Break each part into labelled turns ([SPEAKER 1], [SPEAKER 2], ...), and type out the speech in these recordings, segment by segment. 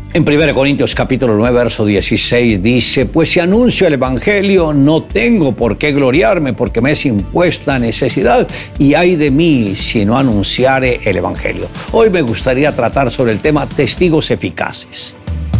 [SPEAKER 1] En 1 Corintios capítulo 9, verso 16 dice: pues si anuncio el evangelio, no tengo por qué gloriarme, porque me es impuesta necesidad, y ay de mí si no anunciare el evangelio. Hoy me gustaría tratar sobre el tema testigos eficaces.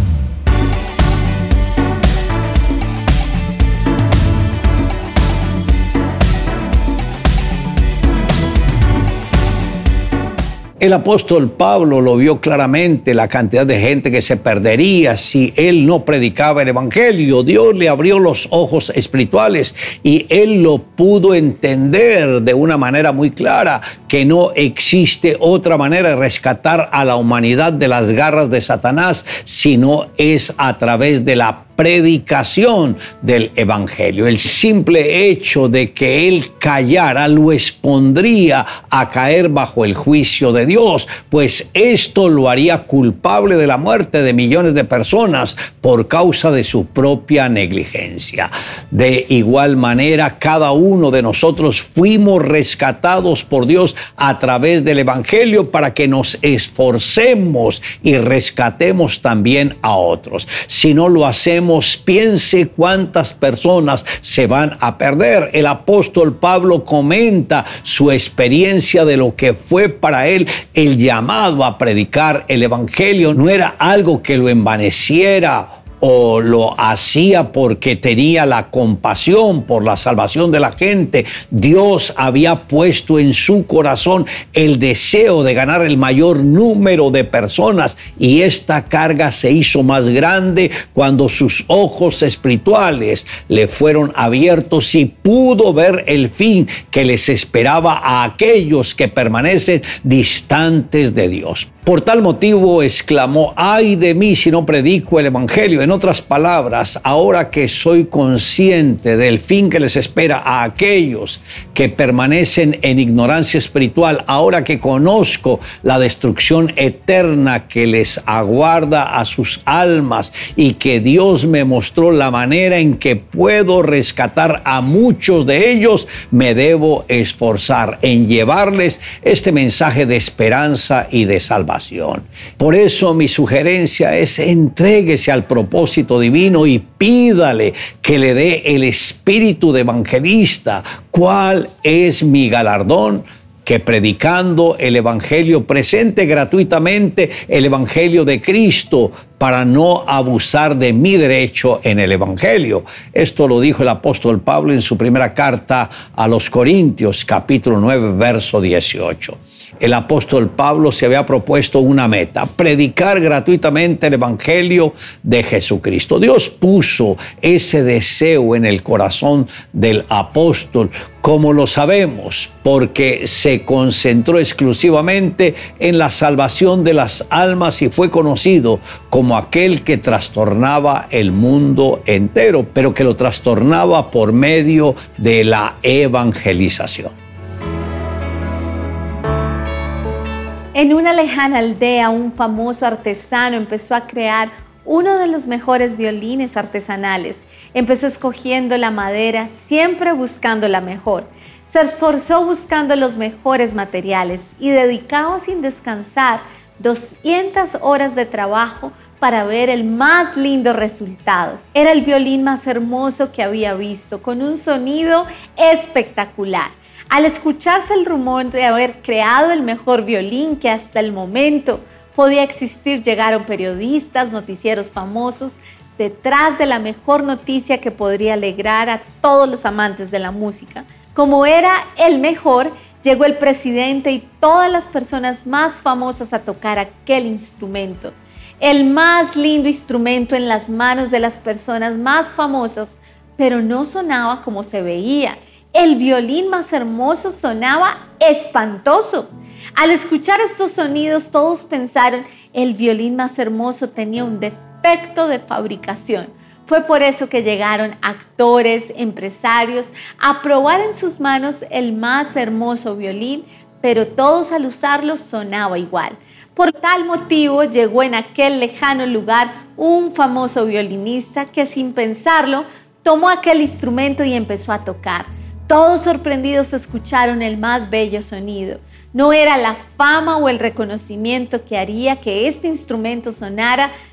[SPEAKER 1] El apóstol Pablo lo vio claramente, la cantidad de gente que se perdería si él no predicaba el evangelio. Dios le abrió los ojos espirituales y él lo pudo entender de una manera muy clara, que no existe otra manera de rescatar a la humanidad de las garras de Satanás, sino es a través de la predicación del evangelio. El simple hecho de que él callara lo expondría a caer bajo el juicio de Dios, pues esto lo haría culpable de la muerte de millones de personas por causa de su propia negligencia. De igual manera, cada uno de nosotros fuimos rescatados por Dios a través del evangelio para que nos esforcemos y rescatemos también a otros. Si no lo hacemos, piense cuántas personas se van a perder. El apóstol Pablo comenta su experiencia de lo que fue para él el llamado a predicar el evangelio. No era algo que lo envaneciera o lo hacía porque tenía la compasión por la salvación de la gente. Dios había puesto en su corazón el deseo de ganar el mayor número de personas, y esta carga se hizo más grande cuando sus ojos espirituales le fueron abiertos y pudo ver el fin que les esperaba a aquellos que permanecen distantes de Dios. Por tal motivo exclamó: ay de mí si no predico el evangelio. En otras palabras, ahora que soy consciente del fin que les espera a aquellos que permanecen en ignorancia espiritual, ahora que conozco la destrucción eterna que les aguarda a sus almas y que Dios me mostró la manera en que puedo rescatar a muchos de ellos, me debo esforzar en llevarles este mensaje de esperanza y de salvación. Por eso mi sugerencia es: entréguese al propósito divino y pídale que le dé el espíritu de evangelista. ¿Cuál es mi galardón? Que predicando el evangelio presente gratuitamente el evangelio de Cristo para no abusar de mi derecho en el evangelio. Esto lo dijo el apóstol Pablo en su primera carta a los Corintios, capítulo 9, verso 18. El apóstol Pablo se había propuesto una meta: predicar gratuitamente el evangelio de Jesucristo. Dios puso ese deseo en el corazón del apóstol. ¿Cómo lo sabemos? Porque se concentró exclusivamente en la salvación de las almas y fue conocido como aquel que trastornaba el mundo entero, pero que lo trastornaba por medio de la evangelización.
[SPEAKER 2] En una lejana aldea, un famoso artesano empezó a crear uno de los mejores violines artesanales. Empezó escogiendo la madera, siempre buscando la mejor. Se esforzó buscando los mejores materiales y dedicaba sin descansar 200 horas de trabajo para ver el más lindo resultado. Era el violín más hermoso que había visto, con un sonido espectacular. Al escucharse el rumor de haber creado el mejor violín que hasta el momento podía existir, llegaron periodistas, noticieros famosos, detrás de la mejor noticia que podría alegrar a todos los amantes de la música. Como era el mejor, llegó el presidente y todas las personas más famosas a tocar aquel instrumento. El más lindo instrumento en las manos de las personas más famosas, pero no sonaba como se veía. El violín más hermoso sonaba espantoso. Al escuchar estos sonidos, todos pensaron: el violín más hermoso tenía un defecto de fabricación. Fue por eso que llegaron actores, empresarios a probar en sus manos el más hermoso violín, pero todos al usarlo sonaba igual. Por tal motivo llegó en aquel lejano lugar un famoso violinista que, sin pensarlo, tomó aquel instrumento y empezó a tocar. Todos sorprendidos escucharon el más bello sonido. No era la fama o el reconocimiento que haría que este instrumento sonara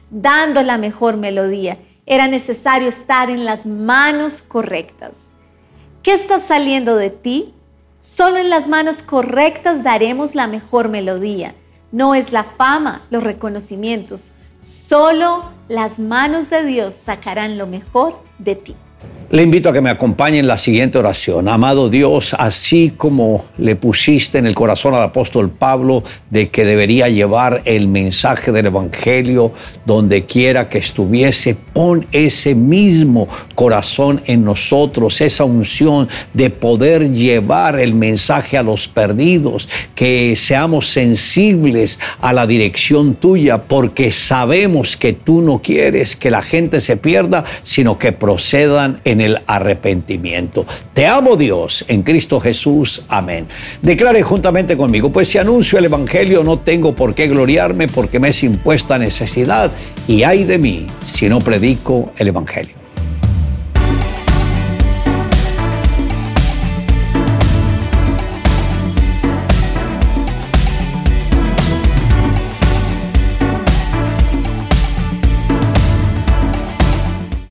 [SPEAKER 2] dando la mejor melodía. Era necesario estar en las manos correctas. ¿Qué está saliendo de ti? Solo en las manos correctas daremos la mejor melodía. No es la fama, los reconocimientos. Solo las manos de Dios sacarán lo mejor de ti.
[SPEAKER 1] Le invito a que me acompañe en la siguiente oración. Amado Dios, así como le pusiste en el corazón al apóstol Pablo de que debería llevar el mensaje del Evangelio donde quiera que estuviese, pon ese mismo corazón en nosotros, esa unción de poder llevar el mensaje a los perdidos, que seamos sensibles a la dirección tuya, porque sabemos que tú no quieres que la gente se pierda, sino que procedan en el arrepentimiento. Te amo, Dios, en Cristo Jesús. Amén. Declare juntamente conmigo: pues si anuncio el Evangelio no tengo por qué gloriarme, porque me es impuesta necesidad, y ay de mí si no predico el Evangelio.